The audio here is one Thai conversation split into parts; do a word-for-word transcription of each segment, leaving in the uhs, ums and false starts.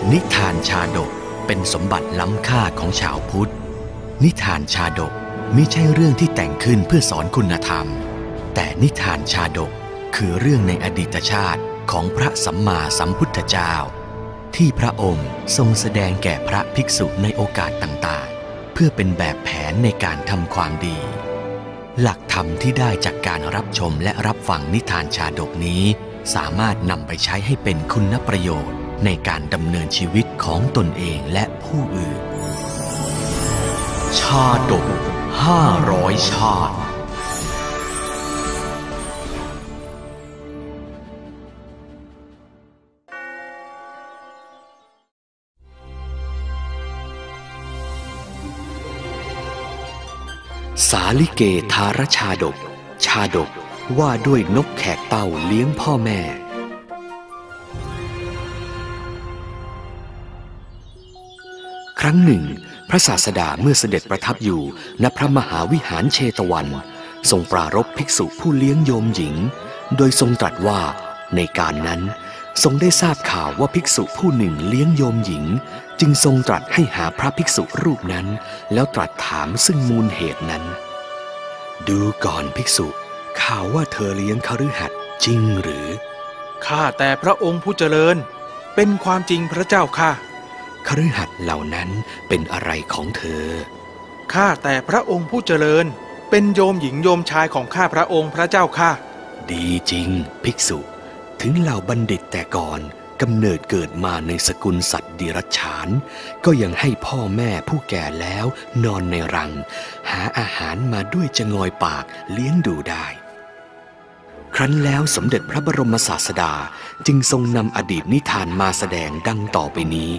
นิทานชาดกเป็นสมบัติล้ำค่าของชาวพุทธนิทานชาดกมิใช่เรื่องที่แต่งขึ้นเพื่อสอนคุณธรรมแต่นิทานชาดกคือเรื่องในอดีตชาติของพระสัมมาสัมพุทธเจ้าที่พระองค์ทรงแสดงแก่พระภิกษุในโอกาสต่างๆเพื่อเป็นแบบแผนในการทำความดีหลักธรรมที่ได้จากการรับชมและรับฟังนิทานชาดกนี้สามารถนำไปใช้ให้เป็นคุณประโยชน์ในการดำเนินชีวิตของตนเองและผู้อื่นชาดกห้าร้อยชาติสาลิเกธารชาดกชาดกว่าด้วยนกแขกเต่าเลี้ยงพ่อแม่ครั้งหนึ่งพระศาสดาเมื่อเสด็จประทับอยู่ณพระมหาวิหารเชตวันทรงปรารภภิกษุผู้เลี้ยงโยมหญิงโดยทรงตรัสว่าในการนั้นทรงได้ทราบข่าวว่าภิกษุผู้หนึ่งเลี้ยงโยมหญิงจึงทรงตรัสให้หาพระภิกษุรูปนั้นแล้วตรัสถามซึ่งมูลเหตุนั้นดูก่อนภิกษุข่าวว่าเธอเลี้ยงคฤหัสถ์จริงหรือข้าแต่พระองค์ผู้เจริญเป็นความจริงพระเจ้าค่ะคฤหัสถ์เหล่านั้นเป็นอะไรของเธอข้าแต่พระองค์ผู้เจริญเป็นโยมหญิงโยมชายของข้าพระองค์พระเจ้าค่ะดีจริงภิกษุถึงเหล่าบัณฑิตแต่ก่อนกำเนิดเกิดมาในสกุลสัตว์ดิรัจฉานก็ยังให้พ่อแม่ผู้แก่แล้วนอนในรังหาอาหารมาด้วยจะงอยปากเลี้ยงดูได้ครั้นแล้วสมเด็จพระบรมศาสดาจึงทรงนำอดีตนิทานมาแสดงดังต่อไปนี้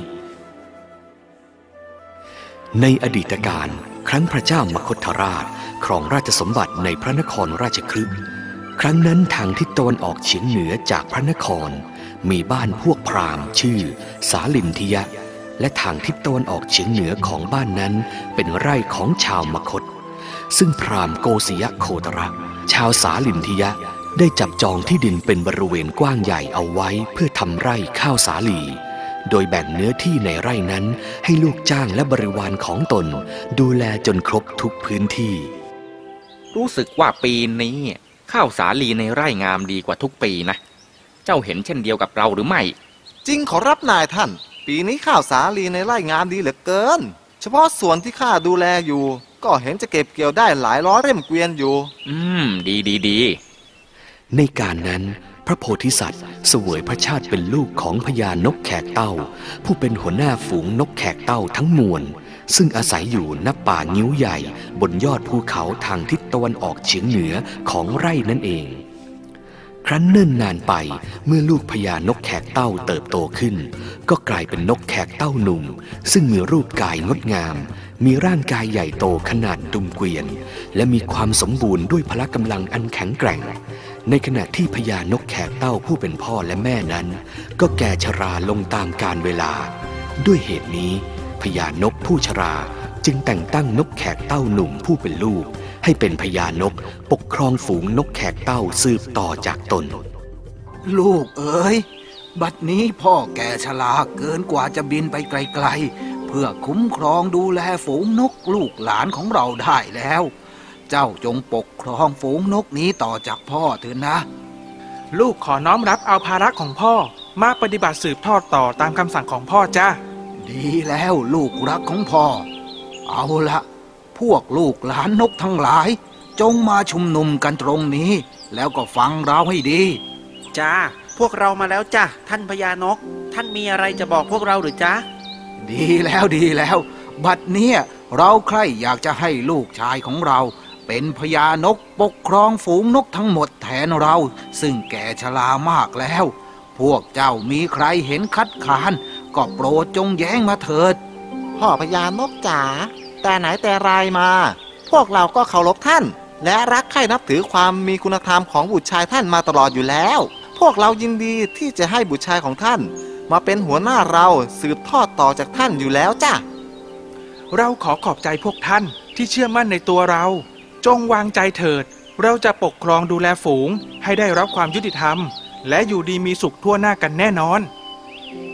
ในอดีตการครั้งพระเจ้ามคธราชครองราชสมบัติในพระนครราชคฤห์ครั้งนั้นทางทิศตะวันออกเฉียงเหนือจากพระนครมีบ้านพวกพราหมณ์ชื่อสาลินทิยะและทางทิศตะวันออกเฉียงเหนือของบ้านนั้นเป็นไร่ของชาวมคธซึ่งพราหมณ์โกสิยโคตระชาวสาลินทิยะได้จับจองที่ดินเป็นบริเวณกว้างใหญ่เอาไว้เพื่อทำไร่ข้าวสาลีโดยแบ่งเนื้อที่ในไร่นั้นให้ลูกจ้างและบริวารของตนดูแลจนครบทุกพื้นที่รู้สึกว่าปีนี้ข้าวสาลีในไร่งามดีกว่าทุกปีนะเจ้าเห็นเช่นเดียวกับเราหรือไม่จริงขอรับนายท่านปีนี้ข้าวสาลีในไร่งามดีเหลือเกินเฉพาะส่วนที่ข้าดูแลอยู่ก็เห็นจะเก็บเกี่ยวได้หลายร้อยเล่มเกวียนอยู่อืมดีดีดีในการนั้นพระโพธิสัตว์เสวยพระชาติเป็นลูกของพญานกแขกเต้าผู้เป็นหัวหน้าฝูงนกแขกเต้าทั้งมวลซึ่งอาศัยอยู่ณป่างิ้วใหญ่บนยอดภูเขาทางทิศตะวันออกเฉียงเหนือของไร่นั่นเองครั้นเนิ่นนานไปเมื่อลูกพญานกแขกเต้าเติบโตขึ้นก็กลายเป็นนกแขกเต้าหนุ่มซึ่งมีรูปกายงดงามมีร่างกายใหญ่โตขนาดดุมเกวียนและมีความสมบูรณ์ด้วยพละกำลังอันแข็งแกร่งในขณะที่พญานกแขกเต้าผู้เป็นพ่อและแม่นั้นก็แก่ชราลงตามกาลเวลาด้วยเหตุนี้พญานกผู้ชราจึงแต่งตั้งนกแขกเต้าหนุ่มผู้เป็นลูกให้เป็นพญานกปกครองฝูงนกแขกเต้าสืบต่อจากตนลูกเอ๋ยบัดนี้พ่อแก่ชราเกินกว่าจะบินไปไกลๆเพื่อคุ้มครองดูแลฝูงนกลูกหลานของเราได้แล้วเจ้าจงปกครองฝูงนกนี้ต่อจากพ่อเถิดนะลูกขอน้อมรับเอาภาระของพ่อมาปฏิบัติสืบทอดต่อตามคำสั่งของพ่อจ้าดีแล้วลูกรักของพ่อเอาละพวกลูกหลานนกทั้งหลายจงมาชุมนุมกันตรงนี้แล้วก็ฟังเราให้ดีจ้าพวกเรามาแล้วจ้าท่านพญานกท่านมีอะไรจะบอกพวกเราหรือจ้าดีแล้วดีแล้วบัดเนี้ยเราใคร่อยากจะให้ลูกชายของเราเป็นพญานกปกครองฝูงนกทั้งหมดแทนเราซึ่งแก่ชรามากแล้วพวกเจ้ามีใครเห็นคัดค้านก็โปรดจงแย้งมาเถิดพ่อพญานกจ๋าแต่ไหนแต่ไรมาพวกเราก็เคารพท่านและรักใคร่นับถือความมีคุณธรรมของบุตรชายท่านมาตลอดอยู่แล้วพวกเรายินดีที่จะให้บุตรชายของท่านมาเป็นหัวหน้าเราสืบทอดต่อจากท่านอยู่แล้วจ้ะเราขอขอบใจพวกท่านที่เชื่อมั่นในตัวเราจงวางใจเถิดเราจะปกครองดูแลฝูงให้ได้รับความยุติธรรมและอยู่ดีมีสุขทั่วหน้ากันแน่นอน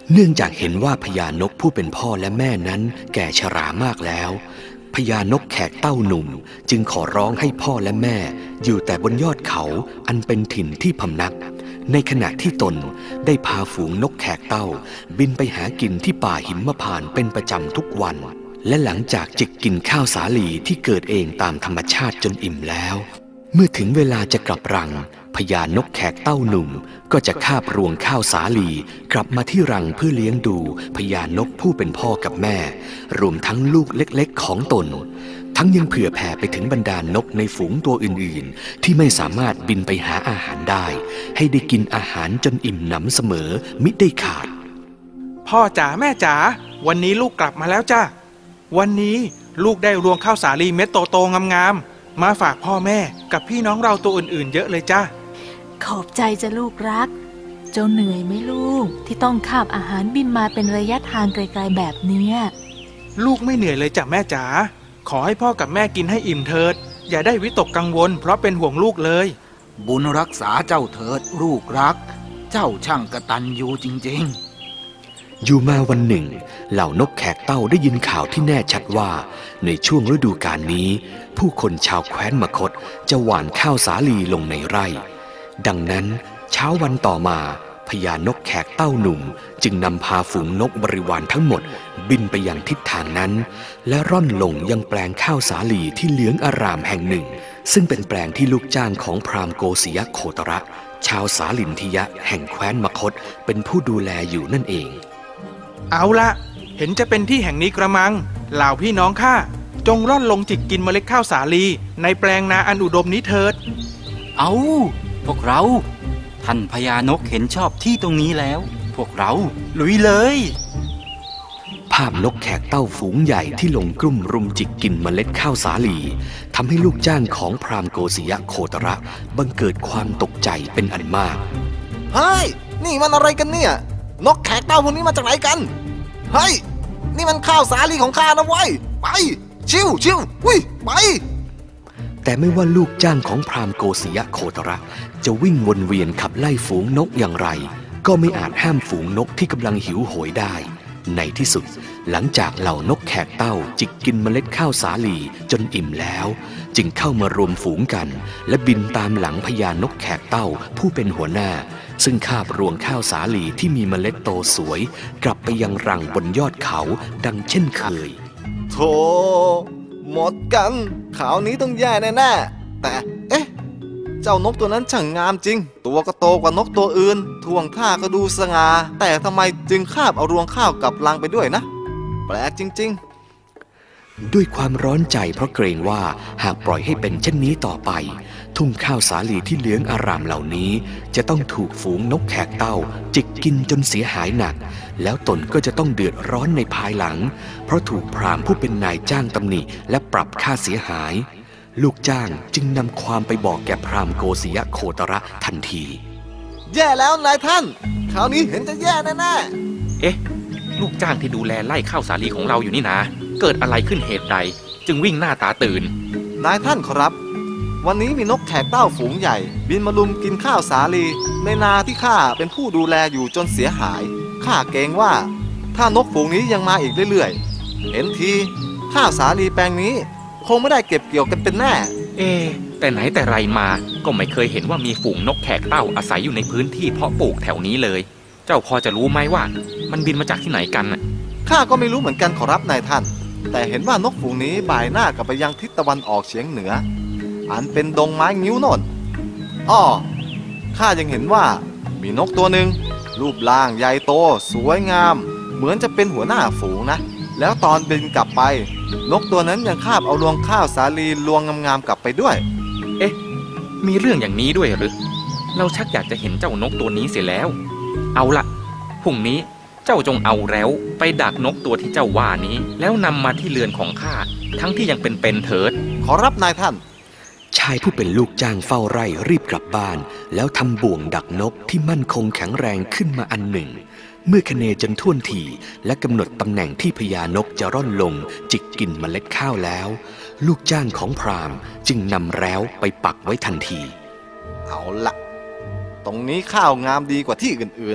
เนื่องจากเห็นว่าพญานกผู้เป็นพ่อและแม่นั้นแก่ชรามากแล้วพญานกแขกเต้าหนุ่มจึงขอร้องให้พ่อและแม่อยู่แต่บนยอดเขาอันเป็นถิ่นที่พำนักในขณะที่ตนได้พาฝูงนกแขกเต้าบินไปหากินที่ป่าหิมพานต์เป็นประจำทุกวันและหลังจากจิกกินข้าวสาลีที่เกิดเองตามธรรมชาติจนอิ่มแล้วเมื่อถึงเวลาจะกลับรังพญานกแขกเต้าหนุ่มก็จะคาบรวงข้าวสาลีกลับมาที่รังเพื่อเลี้ยงดูพญานกผู้เป็นพ่อกับแม่รวมทั้งลูกเล็กๆของตนทั้งยังเผื่อแผ่ไปถึงบรรดานกในฝูงตัวอื่นๆที่ไม่สามารถบินไปหาอาหารได้ให้ได้กินอาหารจนอิ่มหนำเสมอมิได้ขาดพ่อจ๋าแม่จ๋าวันนี้ลูกกลับมาแล้วจ้ะวันนี้ลูกได้รวงข้าวสาลีเม็ดโตๆงามๆมาฝากพ่อแม่กับพี่น้องเราตัวอื่นๆเยอะเลยจ้ะขอบใจจะลูกรักเจ้าเหนื่อยไหมลูกที่ต้องคาบอาหารบินมาเป็นระยะทางไกลๆแบบเนี้ยลูกไม่เหนื่อยเลยจ้ะแม่จ๋าขอให้พ่อกับแม่กินให้อิ่มเถิดอย่าได้วิตกกังวลเพราะเป็นห่วงลูกเลยบุญรักษาเจ้าเถิดลูกรักเจ้าช่างกตัญญูจริงๆอยู่มาวันหนึ่งเหล่านกแขกเต้าได้ยินข่าวที่แน่ชัดว่าในช่วงฤดูกาลนี้ผู้คนชาวแคว้นมคธจะหว่านข้าวสาลีลงในไร่ดังนั้นเช้าวันต่อมาพญานกแขกเต้าหนุ่มจึงนำพาฝูงนกบริวารทั้งหมดบินไปยังทิศทางนั้นและร่อนลงยังแปลงข้าวสาลีที่เหลืองอารามแห่งหนึ่งซึ่งเป็นแปลงที่ลูกจ้างของพราหมณ์โกสิยโคตระชาวสาลินทิยะแห่งแคว้นมคธเป็นผู้ดูแลอยู่นั่นเองเอาละเห็นจะเป็นที่แห่งนี้กระมังเหล่าพี่น้องข้าจงร่อนลงจิกกินเมล็ดข้าวสาลีในแปลงนาอันอุดมนี้เถิดเอาพวกเราท่านพญานกเห็นชอบที่ตรงนี้แล้วพวกเราลุยเลยภาพนกแขกเต้าฝูงใหญ่ที่ลงกลุ่มรุมจิกกินเมล็ดข้าวสาลีทำให้ลูกจ้างของพราหมณ์โกสิยโคตระบังเกิดความตกใจเป็นอันมากเฮ้ยนี่มันอะไรกันเนี่ยนกแขกเต้าพวกนี้มาจากไหนกันเฮ้ยนี่มันข้าวสาลีของข้านะเว้ยไปชิวชิววิ่งไปแต่ไม่ว่าลูกจ้างของพราหมณ์โกสิยโคตระจะวิ่งวนเวียนขับไล่ฝูงนกอย่างไรก็ไม่อาจห้ามฝูงนกที่กำลังหิวโหยได้ในที่สุดหลังจากเหล่านกแขกเต้าจิกกินเมล็ดข้าวสาลีจนอิ่มแล้วจึงเข้ามารวมฝูงกันและบินตามหลังพญานกแขกเต้าผู้เป็นหัวหน้าซึ่งคาบรวงข้าวสาลีที่มีเมล็ดโตสวยกลับไปยังรังบนยอดเขาดังเช่นเคยโธ่หมดกันข่าวนี้ต้องแย่แน่ๆแต่เอ๊ะเจ้านกตัวนั้นช่างงามจริงตัวก็โตกว่านกตัวอื่นท่วงท่าก็ดูสง่าแต่ทำไมจึงคาบเอารวงข้าวกับรังไปด้วยนะแปลกจริงๆด้วยความร้อนใจเพราะเกรงว่าหากปล่อยให้เป็นเช่นนี้ต่อไปทุ่งข้าวสาลีที่เหลืองอารามเหล่านี้จะต้องถูกฝูงนกแขกเต้าจิกกินจนเสียหายหนักแล้วตนก็จะต้องเดือดร้อนในภายหลังเพราะถูกพราหมณ์ผู้เป็นนายจ้างตำหนิและปรับค่าเสียหายลูกจ้างจึงนำความไปบอกแก่พราหมณ์โกสิยโคตระทันทีแย่แล้วนายท่านคราวนี้เห็นจะแย่แน่ๆเอ๊ะลูกจ้างที่ดูแลไล่ข้าวสาลีของเราอยู่นี่นะเกิดอะไรขึ้นเหตุใดจึงวิ่งหน้าตาตื่นนายท่านขอรับวันนี้มีนกแขกเต้าฝูงใหญ่บินมาลุมกินข้าวสาลีในนาที่ข้าเป็นผู้ดูแลอยู่จนเสียหายข้าเกรงว่าถ้านกฝูงนี้ยังมาอีกเรื่อยๆเห็นทีข้าวสาลีแปลงนี้คงไม่ได้เก็บเกี่ยวกันเป็นแน่เอ๊แต่ไหนแต่ไรมาก็ไม่เคยเห็นว่ามีฝูงนกแขกเต้าอาศัยอยู่ในพื้นที่เพาะปลูกแถวนี้เลยเจ้าพอจะรู้ไหมว่ามันบินมาจากที่ไหนกันน่ะข้าก็ไม่รู้เหมือนกันขอรับนายท่านแต่เห็นว่านกฝูงนี้บ่ายหน้ากลับไปยังทิศตะวันออกเฉียงเหนืออันเป็นดงไม้งิ้วโน่นอ้อข้ายังเห็นว่ามีนกตัวหนึ่งรูปร่างใหญ่โตสวยงามเหมือนจะเป็นหัวหน้าฝูงนะแล้วตอนบินกลับไปนกตัวนั้นยังคาบเอารวงข้าวสาลีรวงงามๆกลับไปด้วยเอ๊ะมีเรื่องอย่างนี้ด้วยหรือเราชักอยากจะเห็นเจ้านกตัวนี้เสียแล้วเอาล่ะพรุ่งนี้เจ้าจงเอาแล้วไปดักนกตัวที่เจ้าว่านี้แล้วนำมาที่เรือนของข้าทั้งที่ยังเป็นเป็นเถิดขอรับนายท่านชายผู้เป็นลูกจ้างเฝ้าไร่รีบกลับบ้านแล้วทำบ่วงดักนกที่มั่นคงแข็งแรงขึ้นมาอันหนึ่งเมื่อคเนจนท่วนทีและกำหนดตำแหน่งที่พญานกจะร่อนลงจิกกินเมล็ดข้าวแล้วลูกจ้างของพราหมณ์จึงนำแร้วไปปักไว้ทันทีเอาละตรงนี้ข้าวงามดีกว่าที่อื่นๆ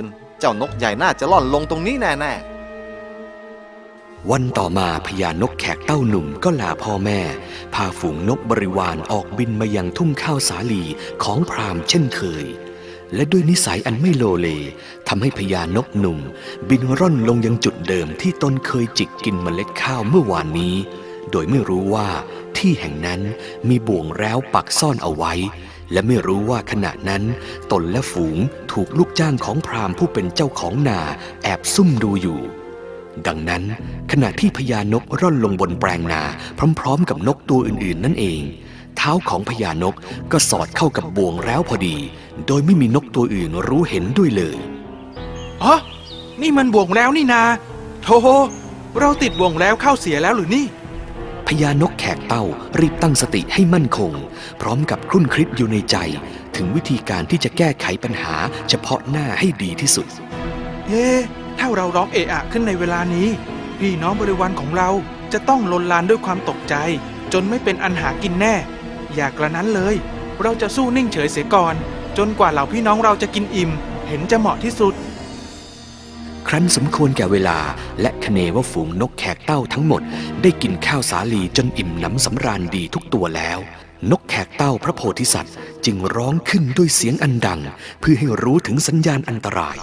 จ้านกใหญ่น่าจะล่อนลงตรงนี้แน่ๆวันต่อมาพญานกแขกเต้าหนุ่มก็ลาพ่อแม่พาฝูงนกบริวารออกบินมายังทุ่งข้าวสาลีของพราหมณ์เช่นเคยและด้วยนิสัยอันไม่โลเลทำให้พญานกหนุ่มบินร่อนลงยังจุดเดิมที่ตนเคยจิกกินเมล็ดข้าวเมื่อวานนี้โดยไม่รู้ว่าที่แห่งนั้นมีบ่วงแร้วปักซ่อนเอาไว้และไม่รู้ว่าขณะนั้นตนและฝูงถูกลูกจ้างของพราหมณ์ผู้เป็นเจ้าของนาแอบซุ่มดูอยู่ดังนั้นขณะที่พญานกร่อนลงบนแปลงนาพร้อมๆกับนกตัวอื่นๆนั่นเองเท้าของพญานกก็สอดเข้ากับบ่วงแร้วพอดีโดยไม่มีนกตัวอื่นรู้เห็นด้วยเลยอ๋อนี่มันบ่วงแล้วนี่นาโธ่เราติดบ่วงแล้วเข้าเสียแล้วหรือนี่พญานกแขกเต้ารีบตั้งสติให้มั่นคงพร้อมกับครุ่นคิดอยู่ในใจถึงวิธีการที่จะแก้ไขปัญหาเฉพาะหน้าให้ดีที่สุดเอ๊ะถ้าเราร้องเอะอะขึ้นในเวลานี้พี่น้องบริวารของเราจะต้องลนลานด้วยความตกใจจนไม่เป็นอันหากินแน่อย่ากระนั้นเลยเราจะสู้นิ่งเฉยเสียก่อนจนกว่าเหล่าพี่น้องเราจะกินอิ่มเห็นจะเหมาะที่สุดครั้นสมควรแก่เวลาและคเนว่าฝูงนกแขกเต้าทั้งหมดได้กินข้าวสาลีจนอิ่มหนำสำราญดีทุกตัวแล้วนกแขกเต้าพระโพธิสัตว์จึงร้องขึ้นด้วยเสียงอันดังเพื่อให้รู้ถึงสัญญาณอันตราย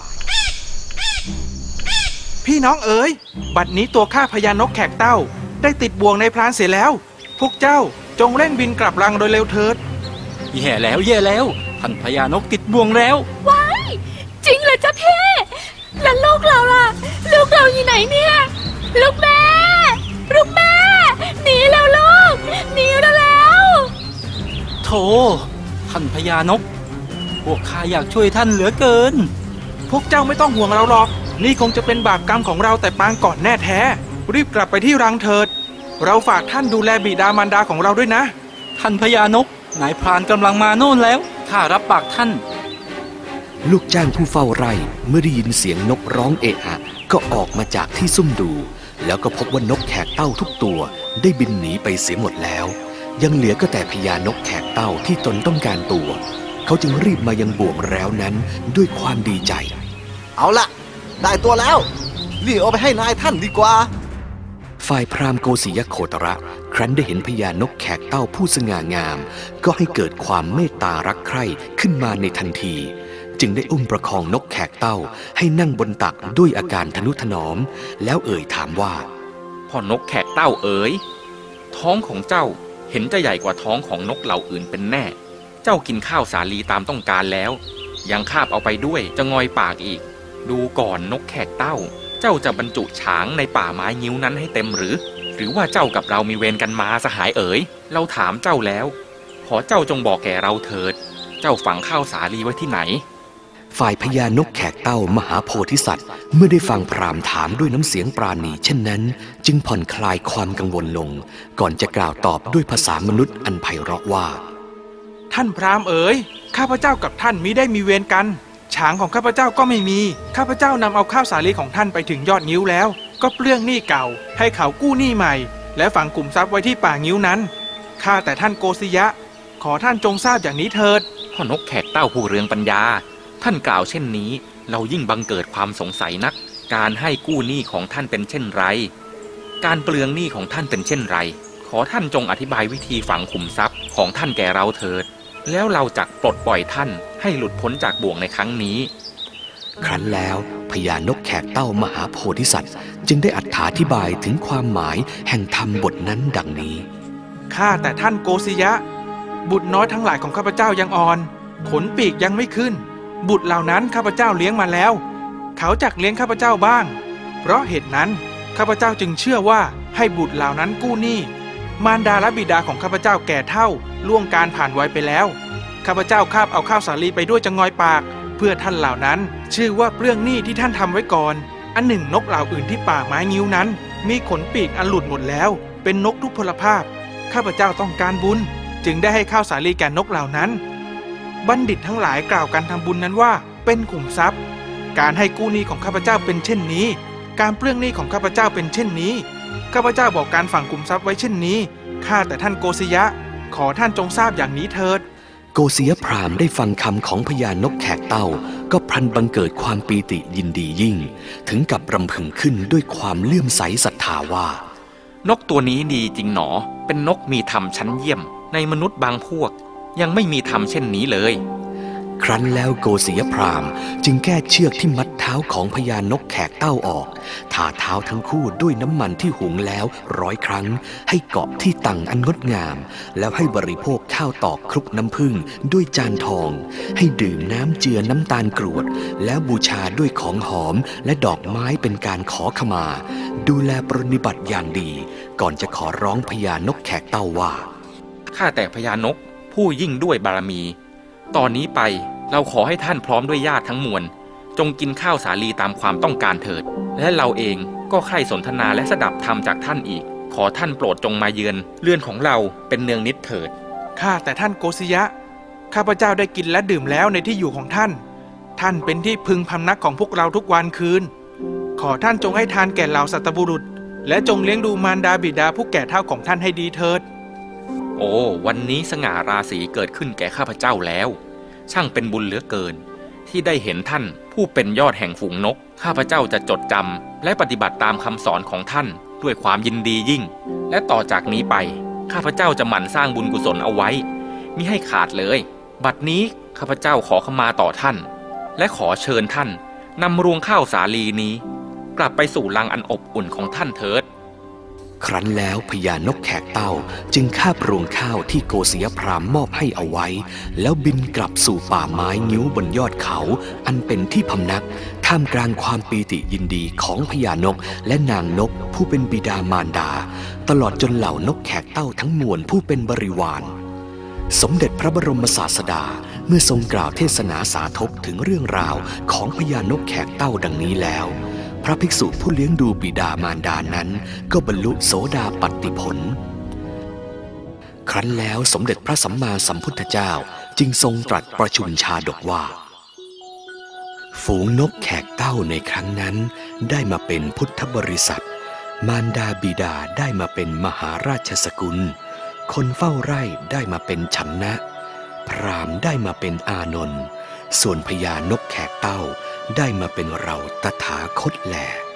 พี่น้องเอ๋ยบัดนี้ตัวข้าพญานกแขกเต้าได้ติดบ่วงในพรานเสียแล้วพวกเจ้าจงเร่งบินกลับรังโดยเร็วเถิดแย่แล้วแย่แล้วท่านพญานกติดบ่วงแล้วว้ายจริงเหรอจ๊ะพี่แล้วลูกเราล่ะลูกเราอยู่ไหนเนี่ยลูกแม่ลูกแม่หนีแล้วลูกหนีแล้วโธ่ท่านพญานกพวกข้าอยากช่วยท่านเหลือเกินพวกเจ้าไม่ต้องห่วงเราหรอกนี่คงจะเป็นบาปกรรมของเราแต่ปางก่อนแน่แท้รีบกลับไปที่รังเถิดเราฝากท่านดูแลบิดามารดาของเราด้วยนะท่านพญานกนายพรานกำลังมาโน่นแล้วข้ารับปากท่านลูกจ้างผู้เฝ้าไร่เมื่อได้ยินเสียงนกร้องเอะอะก็ออกมาจากที่ซุ่มดูแล้วก็พบว่านกแขกเต้าทุกตัวได้บินหนีไปเสียหมดแล้วยังเหลือก็แต่พญานกแขกเต้าที่ตนต้องการตัวเขาจึงรีบมายังบ่วงแร้วนั้นด้วยความดีใจเอาละได้ตัวแล้วรีบเอาไปให้นายท่านดีกว่าฝ่ายพราหมณ์โกสิยโคตระครั้นได้เห็นพญานกแขกเต้าผู้สง่างามก็ให้เกิดความเมตตารักใคร่ขึ้นมาในทันทีจึงได้อุ้มประคองนกแขกเต้าให้นั่งบนตักด้วยอาการทนุถนอมแล้วเอ่ยถามว่าพ่อนกแขกเต้าเอ๋ยท้องของเจ้าเห็นจะใหญ่กว่าท้องของนกเหล่าอื่นเป็นแน่เจ้ากินข้าวสาลีตามต้องการแล้วยังคาบเอาไปด้วยจะงอยปากอีกดูก่อนนกแขกเต้าเจ้าจะบรรจุฉางในป่าไม้งิ้วนั้นให้เต็มหรือหรือว่าเจ้ากับเรามีเวรกันมาสหายเอ๋ยเราถามเจ้าแล้วขอเจ้าจงบอกแก่เราเถิดเจ้าฝังข้าวสาลีไว้ที่ไหนฝ่ายพญานกแขกเต้ามหาโพธิสัตว์เมื่อได้ฟังพราหมณ์ถามด้วยน้ำเสียงปราณีเช่นนั้นจึงผ่อนคลายความกังวลลงก่อนจะกล่าวตอบด้วยภาษามนุษย์อันไพเราะว่าท่านพราหมณ์เอ๋ยข้าพเจ้ากับท่านมิได้มีเวรกันฉางของข้าพเจ้าก็ไม่มีข้าพเจ้านำเอาข้าวสาลีของท่านไปถึงยอดงิ้วแล้วก็เปลื้องหนี้เก่าให้เขากู้หนี้ใหม่และฝังกลุ่มทรัพย์ไว้ที่ป่างิ้วนั้นข้าแต่ท่านโกสิยะขอท่านจงทราบอย่างนี้เถิดพ่อนกแขกเต้าผู้เรืองปัญญาท่านกล่าวเช่นนี้เรายิ่งบังเกิดความสงสัยนักการให้กู้หนี้ของท่านเป็นเช่นไรการเปลืองหนี้ของท่านเป็นเช่นไรขอท่านจงอธิบายวิธีฝังขุมทรัพย์ของท่านแก่เราเถิดแล้วเราจักปลดปล่อยท่านให้หลุดพ้นจากบ่วงในครั้งนี้ครั้นแล้วพญานกแขกเต้ามหาโพธิสัตว์จึงได้อธิบายถึงความหมายแห่งธรรมบทนั้นดังนี้ข้าแต่ท่านโกสิยะบุตรน้อยทั้งหลายของข้าพเจ้ายังอ่อนขนปีกยังไม่ขึ้นบุตรเหล่านั้นข้าพเจ้าเลี้ยงมาแล้วเขาจักเลี้ยงข้าพเจ้าบ้างเพราะเหตุนั้นข้าพเจ้าจึงเชื่อว่าให้บุตรเหล่านั้นกู้หนี้มารดาและบิดาของข้าพเจ้าแก่เฒ่าล่วงการผ่านวัยไปแล้วข้าพเจ้าคาบเอาข้าวสาลีไปด้วยจะงอยปากเพื่อท่านเหล่านั้นชื่อว่าเปลื้องหนี้ที่ท่านทำไว้ก่อนอันหนึ่งนกเหล่าอื่นที่ป่าไม้งิ้วนั้นมีขนปีกอันหลุดหมดแล้วเป็นนกทุพพลภาพข้าพเจ้าต้องการบุญจึงได้ให้ข้าวสาลีแก่นกเหล่านั้นบัณฑิตทั้งหลายกล่าวการทำบุญนั้นว่าเป็นขุมทรัพย์การให้กู้หนี้ของข้าพเจ้าเป็นเช่นนี้การเปลื้องหนี้ของข้าพเจ้าเป็นเช่นนี้ข้าพเจ้าบอกการฝังขุมทรัพย์ไว้เช่นนี้ข้าแต่ท่านโกสิยะขอท่านจงทราบอย่างนี้เถิดโกสิยพราหมณ์ได้ฟังคำของพญานกแขกเต้าก็พลันบังเกิดความปีติยินดียิ่งถึงกับรำพึงขึ้นด้วยความเลื่อมใสศรัทธาว่านกตัวนี้ดีจริงหนอเป็นนกมีธรรมชั้นเยี่ยมในมนุษย์บางพวกยังไม่มีธรรมเช่นนี้เลยครั้นแล้วโกศิยพราหมณ์จึงแก้เชือกที่มัดเท้าของพญานกแขกเต้าออกทาเท้าทั้งคู่ด้วยน้ำมันที่หุงแล้วร้อยครั้งให้เกาะที่ตังอันงดงามแล้วให้บริโภคข้าวตอกคลุกน้ำผึ้งด้วยจานทองให้ดื่มน้ำเจือน้ำตาลกรวดแล้วบูชาด้วยของหอมและดอกไม้เป็นการขอขมาดูแลปรนนิบัติอย่างดีก่อนจะขอร้องพญานกแขกเต้าว่าข้าแต่พญานกผู้ยิ่งด้วยบารมีตอนนี้ไปเราขอให้ท่านพร้อมด้วยญาติทั้งมวลจงกินข้าวสาลีตามความต้องการเถิดและเราเองก็ใคร่สนทนาและสดับธรรมจากท่านอีกขอท่านโปรดจงมาเยือนเรือนของเราเป็นเนืองนิดเถิดข้าแต่ท่านโกศิยะข้าพเจ้าได้กินและดื่มแล้วในที่อยู่ของท่านท่านเป็นที่พึงพำนักของพวกเราทุกวันคืนขอท่านจงให้ทานแก่เหล่าสัตบุรุษและจงเลี้ยงดูมารดาบิดาผู้แก่เฒ่าของท่านให้ดีเถิดโอ้วันนี้สง่าราศีเกิดขึ้นแก่ข้าพเจ้าแล้วช่างเป็นบุญเหลือเกินที่ได้เห็นท่านผู้เป็นยอดแห่งฝูงนกข้าพเจ้าจะจดจำและปฏิบัติตามคำสอนของท่านด้วยความยินดียิ่งและต่อจากนี้ไปข้าพเจ้าจะหมั่นสร้างบุญกุศลเอาไว้มิให้ขาดเลยบัดนี้ข้าพเจ้าขอขมาต่อท่านและขอเชิญท่านนำรวงข้าวสาลีนี้กลับไปสู่ลังอันอบอุ่นของท่านเถิดครั้นแล้วพญานกแขกเต้าจึงคาบรวงข้าวที่โกศิยพราหมณ์มอบให้เอาไว้แล้วบินกลับสู่ป่าไม้งิ้วบนยอดเขาอันเป็นที่พำนักท่ามกลางความปีติยินดีของพญานกและนางนกผู้เป็นบิดามารดาตลอดจนเหล่านกแขกเต้าทั้งมวลผู้เป็นบริวารสมเด็จพระบรมศาสดาเมื่อทรงกล่าวเทศนาสาธกถึงเรื่องราวของพญานกแขกเต้าดังนี้แล้วพระภิกษุผู้เลี้ยงดูบิดามารดานั้นก็บรรลุโสดาปัตติผลครั้นแล้วสมเด็จพระสัมมาสัมพุทธเจ้าจึงทรงตรัสประชุมชาดกว่าฝูงนกแขกเต้าในครั้งนั้นได้มาเป็นพุทธบริษัทมารดาบิดาได้มาเป็นมหาราชสกุลคนเฝ้าไร่ได้มาเป็นฉันนะพราหมณ์ได้มาเป็นอานนท์ส่วนพญานกแขกเต้าได้มาเป็นเราตถาคตแล